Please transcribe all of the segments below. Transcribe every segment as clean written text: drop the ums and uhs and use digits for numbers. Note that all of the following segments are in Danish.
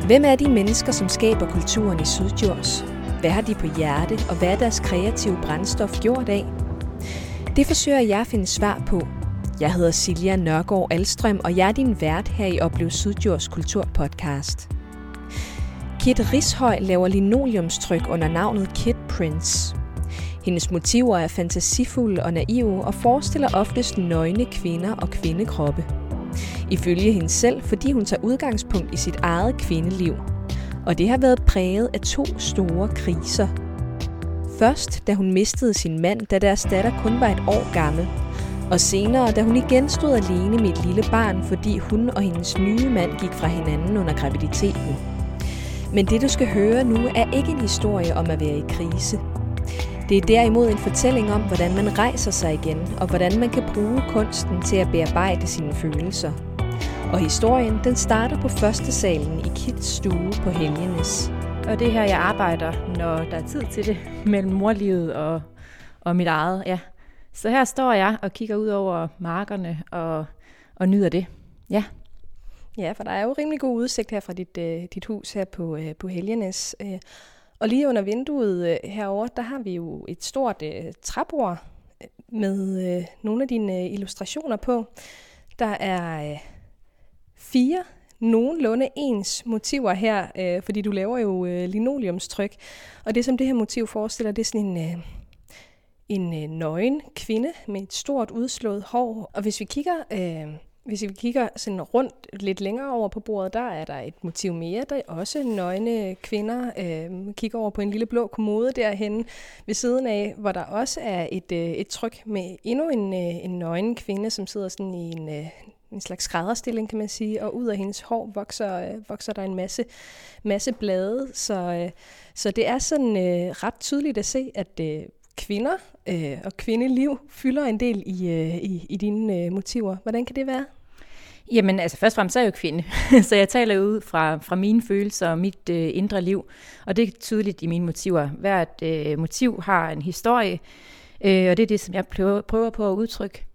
Hvem er de mennesker, som skaber kulturen i Syddjurs? Hvad har de på hjerte, og hvad er deres kreative brændstof gjort af? Det forsøger jeg at finde svar på. Jeg hedder Silja Nørgaard Alstrøm, og jeg er din vært her i Oplev Syddjurs Kulturpodcast. Kit Rishøj laver linoleumstryk under navnet Kit Prints. Hendes motiver er fantasifulde og naive og forestiller oftest nøgne kvinder og kvindekroppe. Ifølge hende selv, fordi hun tager udgangspunkt i sit eget kvindeliv. Og det har været præget af 2 store kriser. Først, da hun mistede sin mand, da deres datter kun var 1 år gammel. Og senere, da hun igen stod alene med et lille barn, fordi hun og hendes nye mand gik fra hinanden under graviditeten. Men det, du skal høre nu, er ikke en historie om at være i krise. Det er derimod en fortælling om, hvordan man rejser sig igen, og hvordan man kan bruge kunsten til at bearbejde sine følelser. Og historien, den starter på første salen i Kits stue på Helgenæs. Og det er her, jeg arbejder, når der er tid til det, mellem morlivet og mit eget. Ja. Så her står jeg og kigger ud over markerne og nyder det. Ja. Ja, for der er jo rimelig god udsigt her fra dit hus her på Helgenæs. Og lige under vinduet herover, der har vi jo et stort træbord med nogle af dine illustrationer på. Der er 4 nogenlunde ens motiver her, fordi du laver jo linoleumstryk. Og det, som det her motiv forestiller, det er sådan en nøgen kvinde med et stort udslået hår. Og hvis vi kigger sådan rundt lidt længere over på bordet, der er der et motiv mere. Der er også nøgne kvinder. Kigger over på en lille blå kommode derhenne ved siden af, hvor der også er et tryk med endnu en nøgen kvinde, som sidder sådan i en slags skrædderstilling, kan man sige, og ud af hendes hår vokser der en masse blade. Så det er sådan ret tydeligt at se, at kvinder og kvindeliv fylder en del i dine motiver. Hvordan kan det være? Jamen, altså først og fremmest er jeg jo kvinde, så jeg taler ud fra mine følelser og mit indre liv, og det er tydeligt i mine motiver. Hvert motiv har en historie, og det er det, som jeg prøver på at udtrykke.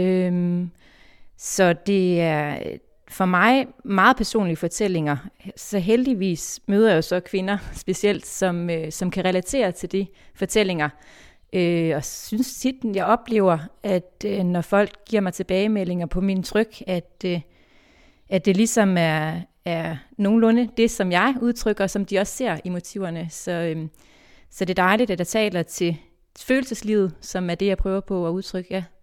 Så det er for mig meget personlige fortællinger. Så heldigvis møder jeg jo så kvinder specielt, som kan relatere til de fortællinger. Og synes tit, jeg oplever, at når folk giver mig tilbagemeldinger på mine tryk, at det ligesom er nogenlunde det, som jeg udtrykker, som de også ser i motiverne. Så det er dejligt, at jeg taler til følelseslivet, som er det, jeg prøver på at udtrykke. Ja.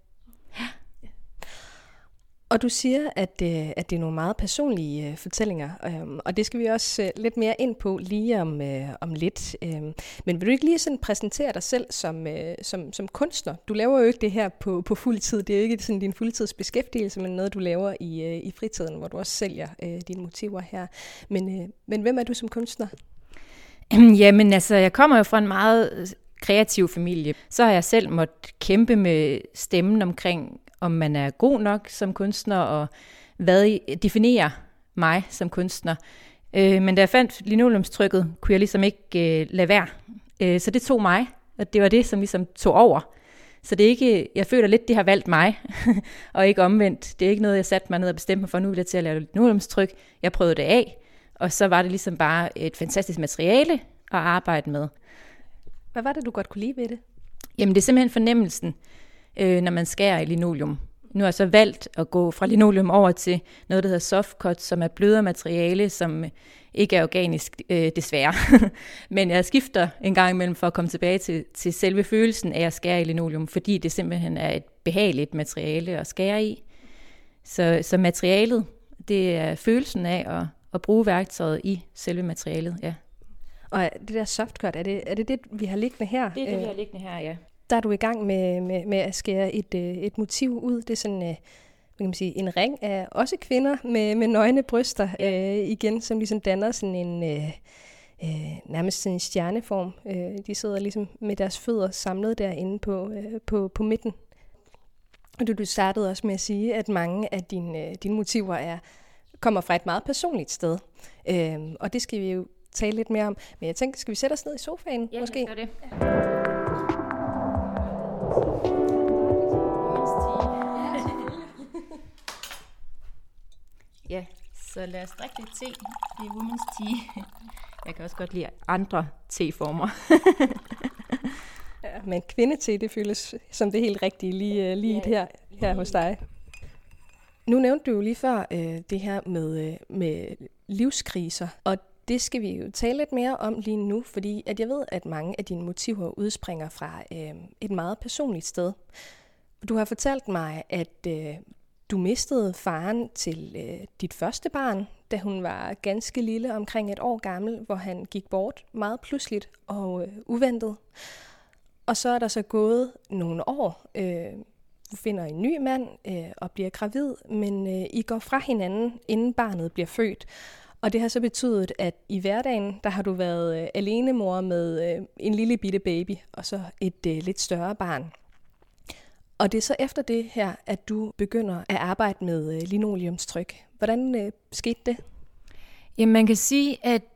Og du siger, at det er nogle meget personlige fortællinger, og det skal vi også lidt mere ind på lige om lidt. Men vil du ikke lige sådan præsentere dig selv som kunstner? Du laver jo ikke det her på fuld tid. Det er jo ikke sådan din fuldtidsbeskæftigelse, men noget, du laver i fritiden, hvor du også sælger dine motiver her. Men hvem er du som kunstner? Jamen altså, jeg kommer jo fra en meget kreativ familie. Så har jeg selv måttet kæmpe med stemmen omkring, om man er god nok som kunstner, og hvad definerer mig som kunstner. Men da jeg fandt linoleumstrykket, kunne jeg ligesom ikke lade være. Så det tog mig, og det var det, som ligesom tog over. Så det er ikke, jeg føler lidt, det har valgt mig, og ikke omvendt. Det er ikke noget, jeg satte mig ned og bestemte mig for, nu vil jeg til at lave linoleumstryk. Jeg prøvede det af, og så var det ligesom bare et fantastisk materiale at arbejde med. Hvad var det, du godt kunne lide ved det? Jamen det er simpelthen fornemmelsen, når man skærer i linoleum. Nu har jeg så valgt at gå fra linoleum over til noget, der hedder softcut, som er blødere materiale, som ikke er organisk, desværre. Men jeg skifter en gang imellem for at komme tilbage til selve følelsen af at skære i linoleum, fordi det simpelthen er et behageligt materiale at skære i. Så materialet, det er følelsen af at bruge værktøjet i selve materialet, ja. Og det der softcut, er det, vi har liggende her? Det er det, vi har liggende her, ja. Der er du i gang med at skære et motiv ud. Det er sådan kan man sige, en ring af også kvinder med nøgne bryster, igen, som ligesom danner sådan en nærmest sådan en stjerneform. De sidder ligesom med deres fødder samlet derinde på midten. Og du startede også med at sige, at mange af dine motiver kommer fra et meget personligt sted. Og det skal vi jo tale lidt mere om. Men jeg tænkte, skal vi sætte os ned i sofaen? Ja, måske? Ja, det. Ja, Så lad os drikke lidt te. Det er women's tea. Jeg kan også godt lide andre teformer. Ja, men kvindete, det føles som det helt rigtige lige her hos dig. Nu nævnte du jo lige før det her med livskriser, og det skal vi jo tale lidt mere om lige nu, fordi at jeg ved, at mange af dine motiver udspringer fra et meget personligt sted. Du har fortalt mig, at du mistede faren til dit første barn, da hun var ganske lille, omkring 1 år gammel, hvor han gik bort meget pludseligt og uventet. Og så er der så gået nogle år. Du finder en ny mand og bliver gravid, men I går fra hinanden, inden barnet bliver født. Og det har så betydet, at i hverdagen, der har du været alenemor med en lille bitte baby, og så et lidt større barn. Og det er så efter det her, at du begynder at arbejde med linoleumstryk. Hvordan skete det? Jamen, man kan sige,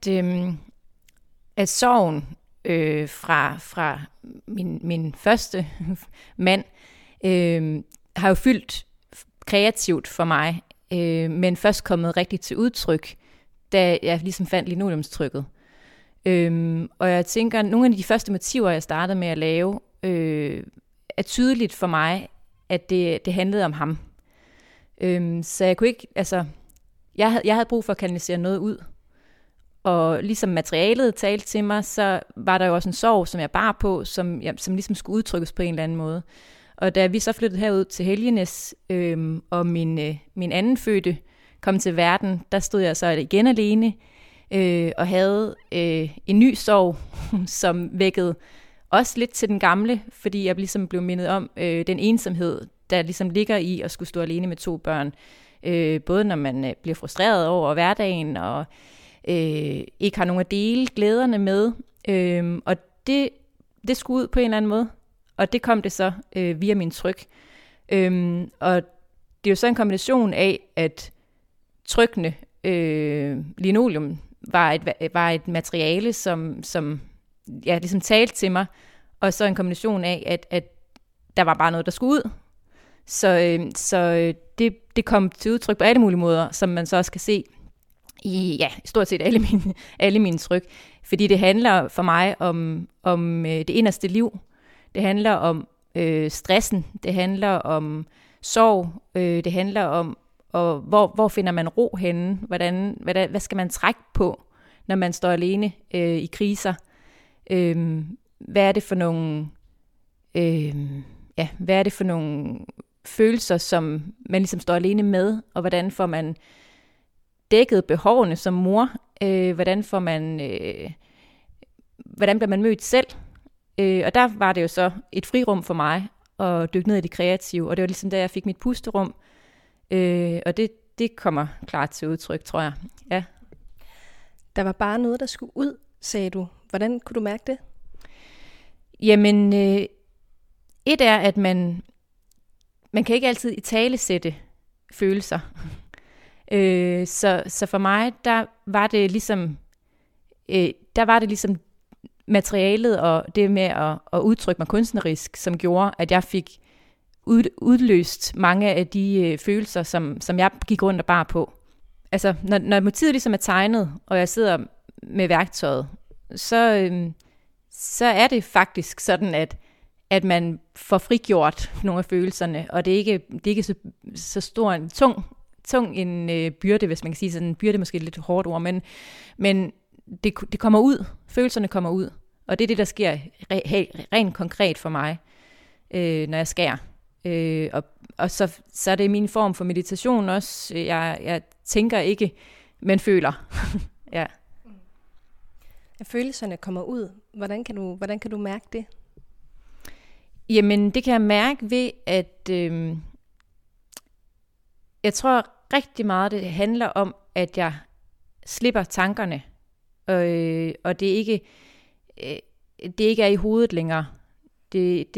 at sorgen fra min første mand har jo fyldt kreativt for mig, men først kommet rigtig til udtryk, da jeg ligesom fandt linoleumstrykket. Og jeg tænker, at nogle af de første motiver, jeg startede med at lave, er tydeligt for mig, at det handlede om ham. Så jeg kunne ikke, jeg havde brug for at kanalisere noget ud. Og ligesom materialet talte til mig, så var der jo også en sorg, som jeg bar på, som ligesom skulle udtrykkes på en eller anden måde. Og da vi så flyttede herud til Helgenæs, og min anden fødte kom til verden, der stod jeg så igen alene, og havde en ny sorg, som vækkede også lidt til den gamle, fordi jeg ligesom blev mindet om den ensomhed, der ligesom ligger i at skulle stå alene med 2 børn. Både når man bliver frustreret over hverdagen, og ikke har nogen at dele glæderne med. Og det skulle ud på en eller anden måde. Og det kom det så via min tryk. Og det er jo så en kombination af, at trykkende linoleum var et materiale, som ligesom talte til mig, og så en kombination af, at der var bare noget, der skulle ud. Så det kom til udtryk på alle mulige måder, som man så også kan se i stort set alle mine tryk. Fordi det handler for mig om det inderste liv. Det handler om stressen. Det handler om sorg. Det handler om, hvor finder man ro henne? Hvad skal man trække på, når man står alene i kriser? Hvad er det for nogle følelser, som man ligesom står alene med, og hvordan får man dækket behovene som mor? Hvordan bliver man mødt selv? Og der var det jo så et frirum for mig at dykke ned i det kreative, og det var ligesom der, jeg fik mit pusterum, og det kommer klart til udtryk, tror jeg. Ja. Der var bare noget, der skulle ud, sagde du. Hvordan kunne du mærke det? Jamen, et er, at man kan ikke altid italesætte følelser. Så for mig, der var det ligesom materialet og det med at udtrykke mig kunstnerisk, som gjorde, at jeg fik udløst mange af de følelser, som jeg gik rundt og bar på. Altså, når motivet ligesom er tegnet, og jeg sidder med værktøjet, så er det faktisk sådan, at man får frigjort nogle af følelserne, og det er ikke så stor en tung en byrde, hvis man kan sige sådan. En byrde er måske et lidt hårdt ord, men det kommer ud. Følelserne kommer ud, og det er det, der sker rent konkret for mig, når jeg skærer. Og så er det min form for meditation også. Jeg tænker ikke, men føler. Ja. Følelserne kommer ud. Hvordan kan du mærke det? Jamen, det kan jeg mærke ved, at jeg tror rigtig meget, det handler om, at jeg slipper tankerne, og det ikke er i hovedet længere. Det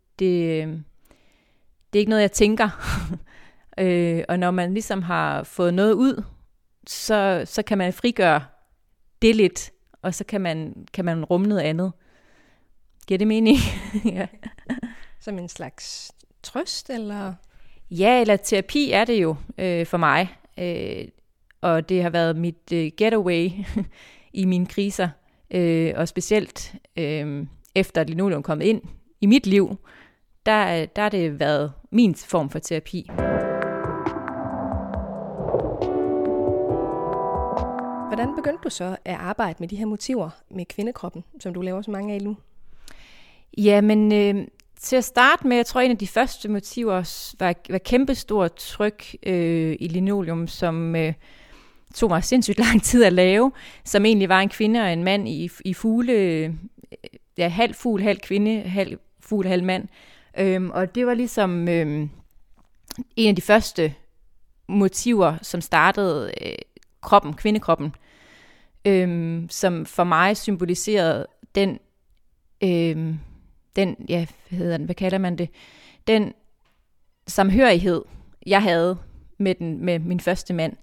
er ikke noget, jeg tænker. Og når man ligesom har fået noget ud, så kan man frigøre det lidt, og så kan man rumme noget andet. Giver det mening? Ja. Som en slags trøst, eller? Ja, eller terapi er det jo for mig. og det har været mit getaway i mine kriser, og specielt efter at linoleum kom ind i mit liv, der har det været min form for terapi. Hvordan begyndte du så at arbejde med de her motiver med kvindekroppen, som du laver så mange af nu? Jamen, til at starte med, jeg tror, en af de første motiver var kæmpestort tryk i linoleum, som tog mig sindssygt lang tid at lave, som egentlig var en kvinde og en mand i fugle, halv fugl, halv kvinde, halv fugl, halv mand. Og det var ligesom en af de første motiver, som startede kvindekroppen, som for mig symboliserede den hvad kalder man det, den samhørighed, jeg havde med min første mand.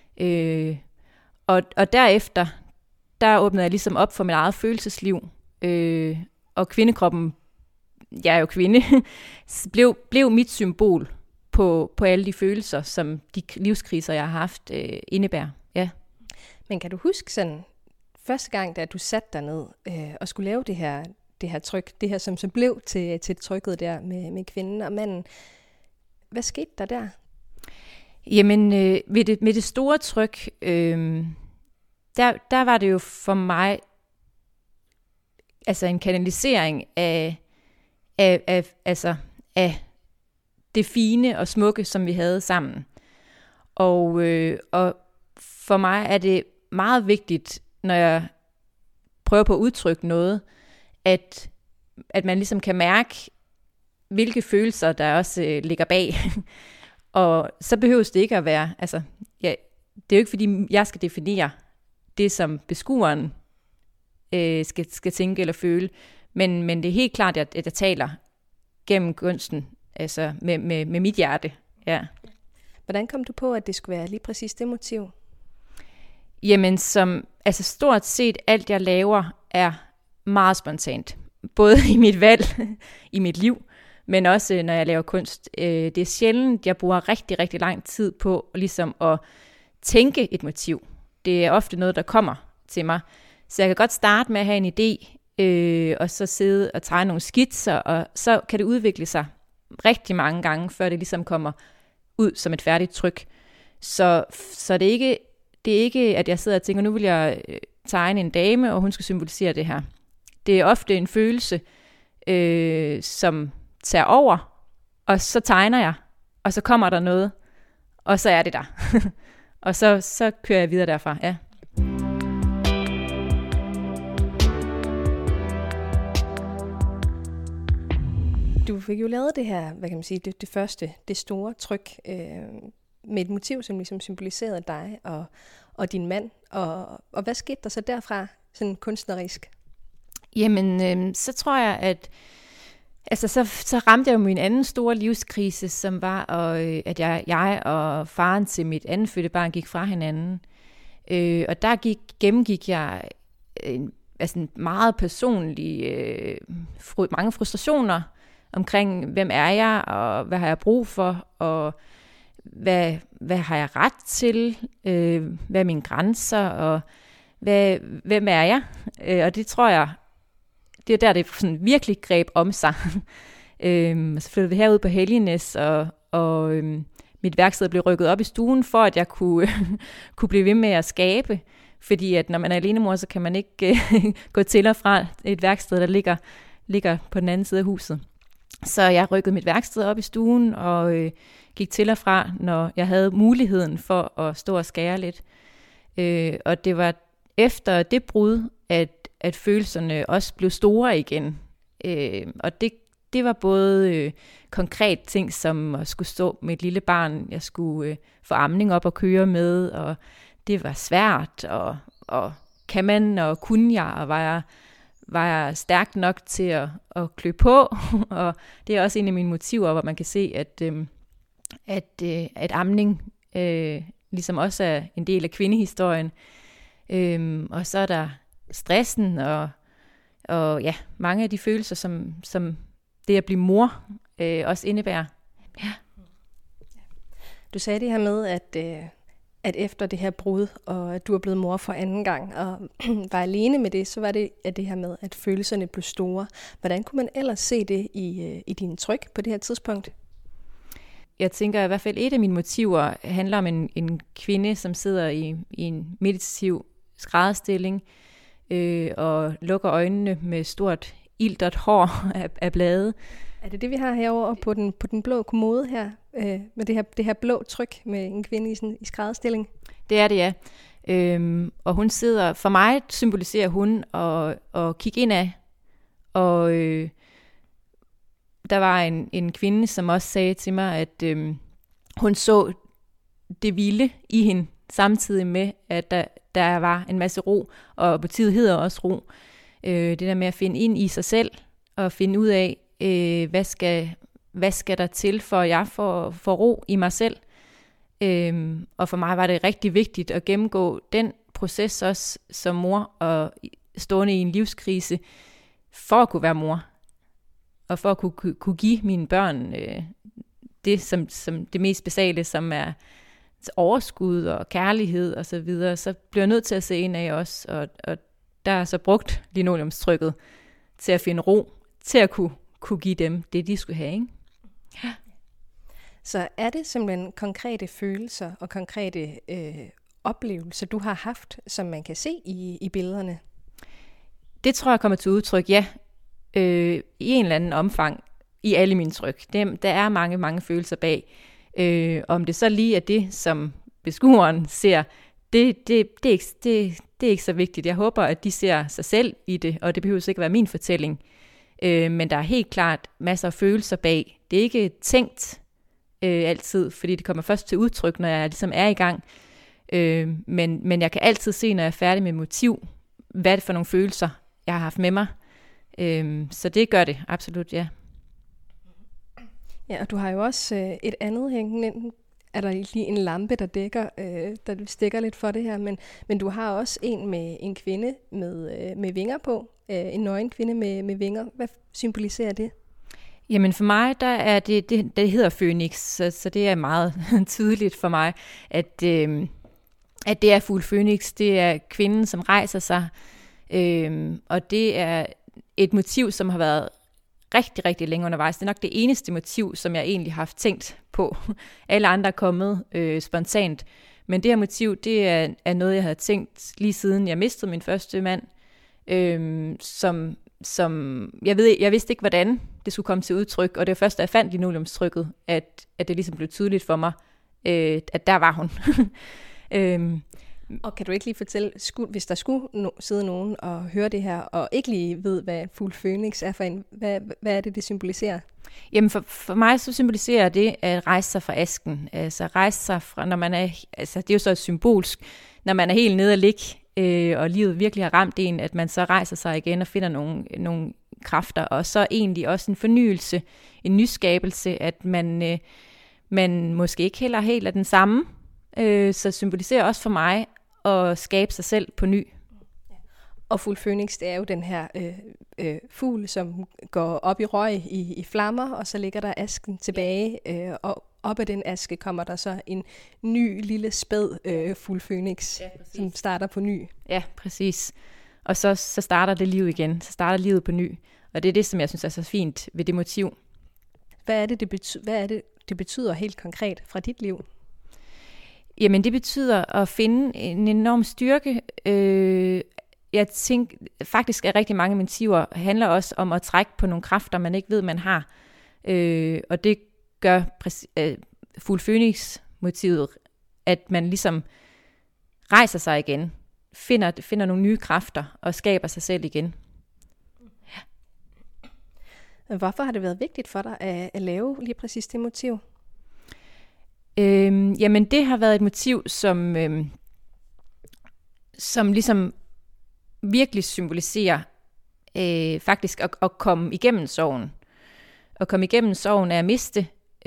Og derefter, der åbnede jeg ligesom op for mit eget følelsesliv, og kvindekroppen, jeg er jo kvinde, blev mit symbol på alle de følelser, som de livskriser, jeg har haft, indebærer. Ja. Men kan du huske sådan, første gang, da du satte dig ned og skulle lave det her tryk, det her som så blev til trykket der med kvinden og manden, hvad skete der? Jamen, med det store tryk, der var det jo for mig altså en kanalisering af det fine og smukke, som vi havde sammen. Og for mig er det meget vigtigt, når jeg prøver på at udtrykke noget, at man ligesom kan mærke, hvilke følelser, der også ligger bag. Og så behøves det ikke at være, det er jo ikke fordi, jeg skal definere det, som beskueren skal tænke eller føle, men det er helt klart, at jeg taler gennem kunsten, altså med mit hjerte. Ja. Hvordan kom du på, at det skulle være lige præcis det motiv? Jamen, stort set alt, jeg laver, er meget spontant. Både i mit valg, i mit liv, men også når jeg laver kunst. Det er sjældent, jeg bruger rigtig, rigtig lang tid på ligesom at tænke et motiv. Det er ofte noget, der kommer til mig. Så jeg kan godt starte med at have en idé, og så sidde og tegne nogle skitser, og så kan det udvikle sig rigtig mange gange, før det ligesom kommer ud som et færdigt tryk. Så det er ikke, at jeg sidder og tænker, nu vil jeg tegne en dame, og hun skal symbolisere det her. Det er ofte en følelse, som tager over, og så tegner jeg, og så kommer der noget, og så er det der. Og så kører jeg videre derfra, ja. Du fik jo lavet det her, hvad kan man sige, det første, det store tryk, med et motiv, som ligesom symboliserede dig og din mand. Og hvad skete der så derfra, sådan kunstnerisk? Jamen, så tror jeg, at så ramte jeg jo min anden store livskrise, som var, at jeg og faren til mit andenfødte barn gik fra hinanden. Og der gennemgik jeg meget personlige, mange frustrationer omkring, hvem er jeg, og hvad har jeg brug for, og hvad har jeg ret til, hvad er mine grænser, og hvem er jeg? Og det tror jeg, det er der, det sådan virkelig greb om sig. Så flyttede vi herud på Helgenæs, og mit værksted blev rykket op i stuen, for at jeg kunne blive ved med at skabe. Fordi at når man er alenemor, så kan man ikke gå til og fra et værksted, der ligger på den anden side af huset. Så jeg rykkede mit værksted op i stuen, og gik til og fra, når jeg havde muligheden for at stå og skære lidt. Og det var efter det brud, at følelserne også blev store igen. Og det var både konkret ting, som at skulle stå med et lille barn, jeg skulle få amning op og køre med, og det var svært, og kan man, og kunne jeg, og var jeg stærk nok til at klø på, og det er også en af mine motiver, hvor man kan se, at amning ligesom også er en del af kvindehistorien. Og så er der stressen, og ja, mange af de følelser, som det at blive mor også indebærer. Ja. Du sagde det her med, at efter det her brud, og at du er blevet mor for anden gang, og var alene med det, så var det at det her med, at følelserne blev store. Hvordan kunne man ellers se det i din tryk på det her tidspunkt? Jeg tænker i hvert fald, et af mine motiver handler om en kvinde, som sidder i en meditativ skrædderstilling og lukker øjnene med stort iltert hår af blade. Er det vi har herovre på den blå kommode her, med det her blå tryk med en kvinde i skrædderstilling? Det er det, ja. Og hun sidder, for mig symboliserer hun at kigge indad, og der var en kvinde, som også sagde til mig, at hun så det vilde i hende, samtidig med, at der var en masse ro, og motivet hedder også ro. Det der med at finde ind i sig selv, og finde ud af, hvad skal der til, for at jeg får ro i mig selv. Og for mig var det rigtig vigtigt at gennemgå den proces også som mor, og stående i en livskrise, for at kunne være mor. Og for at kunne give mine børn det som det mest basale, som er overskud og kærlighed og så videre, så bliver jeg nødt til at se ind af os, og der er så brugt linoleumstrykket til at finde ro, til at kunne give dem det, de skulle have, ikke? Ja. Så er det simpelthen konkrete følelser og konkrete oplevelser, du har haft, som man kan se i billederne? Det tror jeg kommer til udtryk, ja. I en eller anden omfang i alle mine tryk. Der er mange, mange følelser bag. Om det så lige er det, som beskueren ser, det er ikke så vigtigt. Jeg håber, at de ser sig selv i det, og det behøver ikke være min fortælling. Men der er helt klart masser af følelser bag. Det er ikke tænkt altid, fordi det kommer først til udtryk, når jeg ligesom er i gang. Men jeg kan altid se, når jeg er færdig med motiv, hvad er det for nogle følelser, jeg har haft med mig. Så det gør det absolut, ja. Ja, og du har jo også et andet hængende. Er der lige en lampe, der stikker lidt for det her, men du har også en med en kvinde med vinger på, en nøgen kvinde med vinger. Hvad symboliserer det? Jamen for mig, der er det hedder Fønix, så det er meget tydeligt for mig, at det er fugl Fønix, det er kvinden, som rejser sig, og det er et motiv, som har været rigtig, rigtig længe undervejs. Det er nok det eneste motiv, som jeg egentlig har haft tænkt på. Alle andre er kommet spontant. Men det her motiv, det er noget, jeg havde tænkt lige siden jeg mistede min første mand. Som jeg vidste ikke, hvordan det skulle komme til udtryk. Og det var først, da jeg fandt linoleumstrykket, at det ligesom blev tydeligt for mig, at der var hun. Og kan du ikke lige fortælle, hvis der skulle sidde nogen og høre det her, og ikke lige ved, hvad fugl Fønix er for en, hvad er det symboliserer? Jamen for mig så symboliserer det at rejse sig fra asken. Altså rejse sig fra, når man er, altså det er jo så symbolsk, når man er helt nede og ligge, og livet virkelig har ramt en, at man så rejser sig igen og finder nogle kræfter, og så egentlig også en fornyelse, en nyskabelse, at man måske ikke heller helt er den samme, så symboliserer også for mig at skabe sig selv på ny. Og fugl Fønix, det er jo den her fugl, som går op i røg i flammer, og så ligger der asken tilbage, og op af den aske kommer der så en ny lille spæd fugl Fønix, som starter på ny. Ja, præcis. Og så starter det liv igen, så starter livet på ny. Og det er det, som jeg synes er så fint ved det motiv. Hvad er det betyder helt konkret fra dit liv? Jamen det betyder at finde en enorm styrke. Jeg tænker faktisk, at rigtig mange motiver handler også om at trække på nogle kræfter, man ikke ved, man har. Og det gør fugl Fønix-motivet, at man ligesom rejser sig igen, finder nogle nye kræfter og skaber sig selv igen. Ja. Hvorfor har det været vigtigt for dig at lave lige præcis det motiv? Jamen det har været et motiv, som ligesom virkelig symboliserer faktisk at komme igennem sorgen. At komme igennem sorgen er at miste,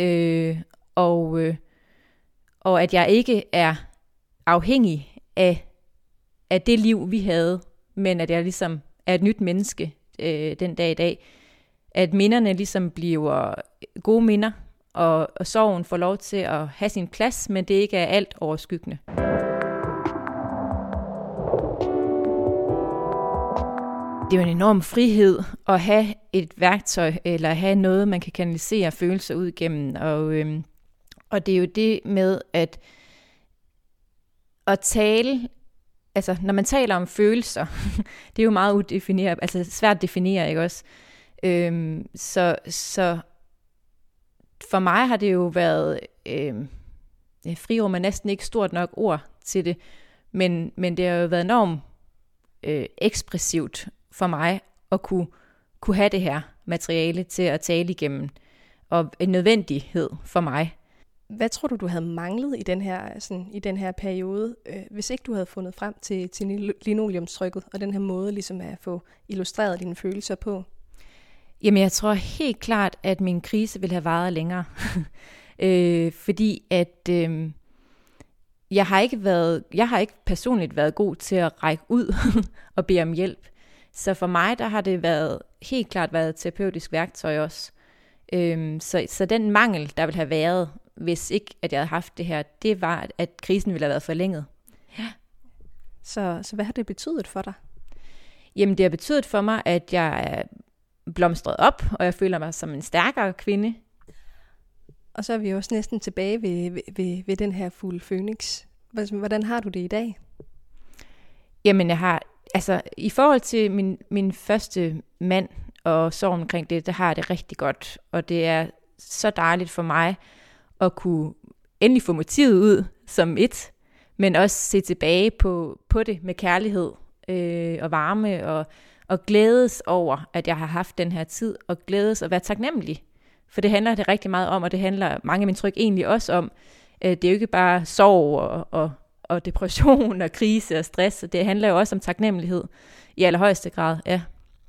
og at jeg ikke er afhængig af det liv, vi havde, men at jeg ligesom er et nyt menneske den dag i dag. At minderne ligesom bliver gode minder, og sorgen får lov til at have sin plads, men det ikke er alt overskyggende. Det er jo en enorm frihed at have et værktøj, eller have noget, man kan kanalisere følelser ud igennem. Og det er jo det med at tale, altså når man taler om følelser, det er jo meget udefineret, altså svært at definere, ikke også? Så for mig har det jo været, frirum er næsten ikke stort nok ord til det, men det har jo været enormt ekspressivt for mig at kunne have det her materiale til at tale igennem, og en nødvendighed for mig. Hvad tror du havde manglet i den her periode, hvis ikke du havde fundet frem til linoleumstrykket, og den her måde ligesom at få illustreret dine følelser på? Jamen jeg tror helt klart, at min krise ville have varet længere. Fordi at jeg har ikke personligt været god til at række ud og bede om hjælp. Så for mig, der har det helt klart været et terapeutisk værktøj også. Så den mangel, der ville have været, hvis ikke at jeg havde haft det her, det var, at krisen ville have været forlænget. Ja. Så hvad har det betydet for dig? Jamen det har betydet for mig, at jeg er blomstret op, og jeg føler mig som en stærkere kvinde. Og så er vi også næsten tilbage ved den her fulde Fønix. Hvordan har du det i dag? Jamen i forhold til min første mand og sorgen omkring det, der har jeg det rigtig godt. Og det er så dejligt for mig at kunne endelig få motivet ud som et, men også se tilbage på det med kærlighed og varme og glædes over, at jeg har haft den her tid, og glædes og være taknemmelig. For det handler det rigtig meget om, og det handler mange af mine tryk egentlig også om. Det er jo ikke bare sorg og depression og krise og stress, det handler jo også om taknemmelighed i allerhøjeste grad, ja.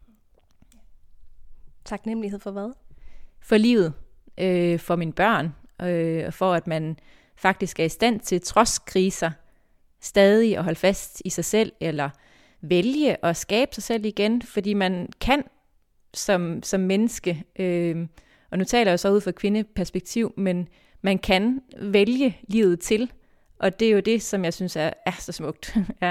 Taknemmelighed for hvad? For livet, for mine børn, og for at man faktisk er i stand til, trods kriser, stadig at holde fast i sig selv, eller vælge at skabe sig selv igen, fordi man kan som menneske, og nu taler jeg så ud fra kvindeperspektiv, men man kan vælge livet til, og det er jo det, som jeg synes er så smukt. Ja.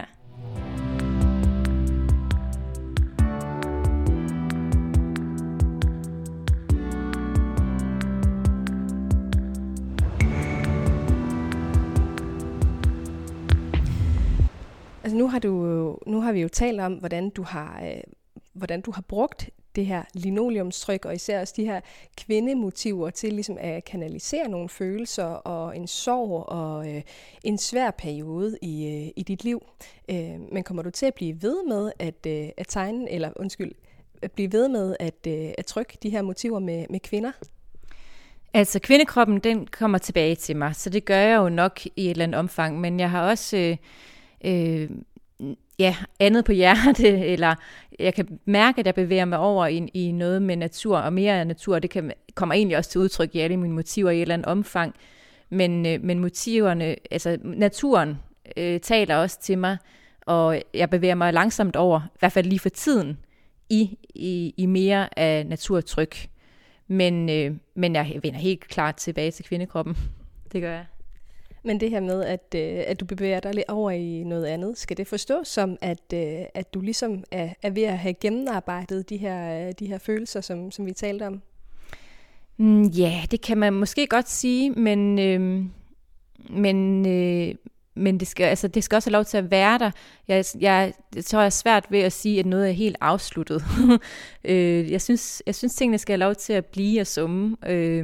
Altså nu har vi jo talt om, hvordan du har brugt det her linoleumstryk, og især også de her kvindemotiver til ligesom at kanalisere nogle følelser og en sorg og en svær periode i dit liv. Men kommer du til at blive ved med at tegne, at blive ved med at trykke de her motiver med kvinder? Altså kvindekroppen, den kommer tilbage til mig, så det gør jeg jo nok i et eller andet omfang, men jeg har også andet på hjerte, eller jeg kan mærke, at jeg bevæger mig over i noget med natur, og mere af natur, det kommer egentlig også til udtryk i alle mine motiver i et eller andet omfang, men motiverne, altså naturen taler også til mig, og jeg bevæger mig langsomt over, i hvert fald lige for tiden, i mere af naturtryk, men jeg vender helt klart tilbage til kvindekroppen, det gør jeg. Men det her med, at du bevæger dig lidt over i noget andet, skal det forstås som, at du ligesom er ved at have gennemarbejdet de her følelser, som vi talte om? Ja, det kan man måske godt sige, men det skal også have lov til at være der. Jeg tror, jeg er svært ved at sige, at noget er helt afsluttet. Jeg synes, tingene skal have lov til at blive og summe,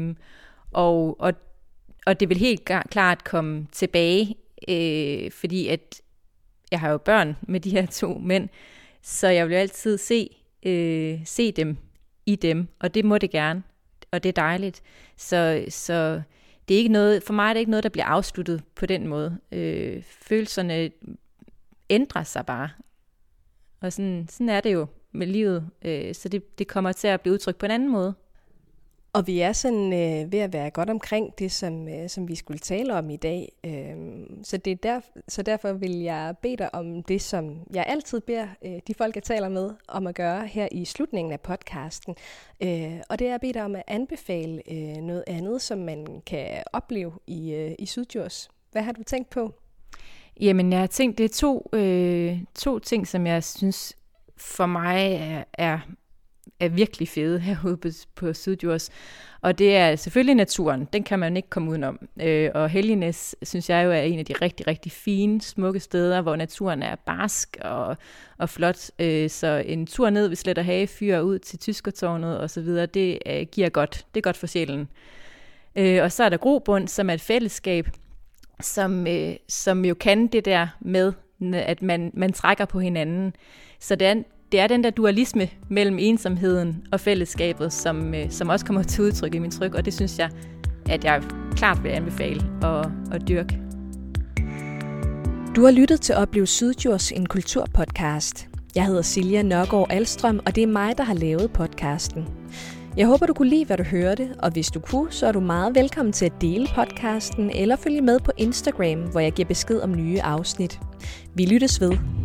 og det vil helt klart komme tilbage, fordi at jeg har jo børn med de her 2 mænd, så jeg vil jo altid se dem i dem, og det må det gerne, og det er dejligt. Så det er ikke noget, for mig er det ikke noget, der bliver afsluttet på den måde. Følelserne ændrer sig bare, og sådan er det jo med livet, så det kommer til at blive udtrykt på en anden måde. Og vi er sådan ved at være godt omkring det, som vi skulle tale om i dag. Så derfor vil jeg bede dig om det, som jeg altid beder de folk, jeg taler med, om at gøre her i slutningen af podcasten. Og det er at bede dig om at anbefale noget andet, som man kan opleve i Syddjurs. Hvad har du tænkt på? Jamen, jeg har tænkt, det er to ting, som jeg synes for mig er virkelig fede herude på Syddjurs. Og det er selvfølgelig naturen. Den kan man ikke komme udenom. Og Helgenæs, synes jeg jo, er en af de rigtig, rigtig fine, smukke steder, hvor naturen er barsk og flot. Så en tur ned ved Slet og Hage Fyr ud til Tyskertårnet og så videre, det giver godt. Det er godt for sjælen. Og så er der Grobund, som er et fællesskab, som jo kan det der med, at man trækker på hinanden. Så det er den der dualisme mellem ensomheden og fællesskabet, som også kommer til udtryk i min tryk, og det synes jeg, at jeg klart vil anbefale at dyrke. Du har lyttet til Oplev Syddjurs, en kulturpodcast. Jeg hedder Silja Nørgaard Alstrøm, og det er mig, der har lavet podcasten. Jeg håber, du kunne lide, hvad du hørte, og hvis du kunne, så er du meget velkommen til at dele podcasten eller følge med på Instagram, hvor jeg giver besked om nye afsnit. Vi lyttes ved.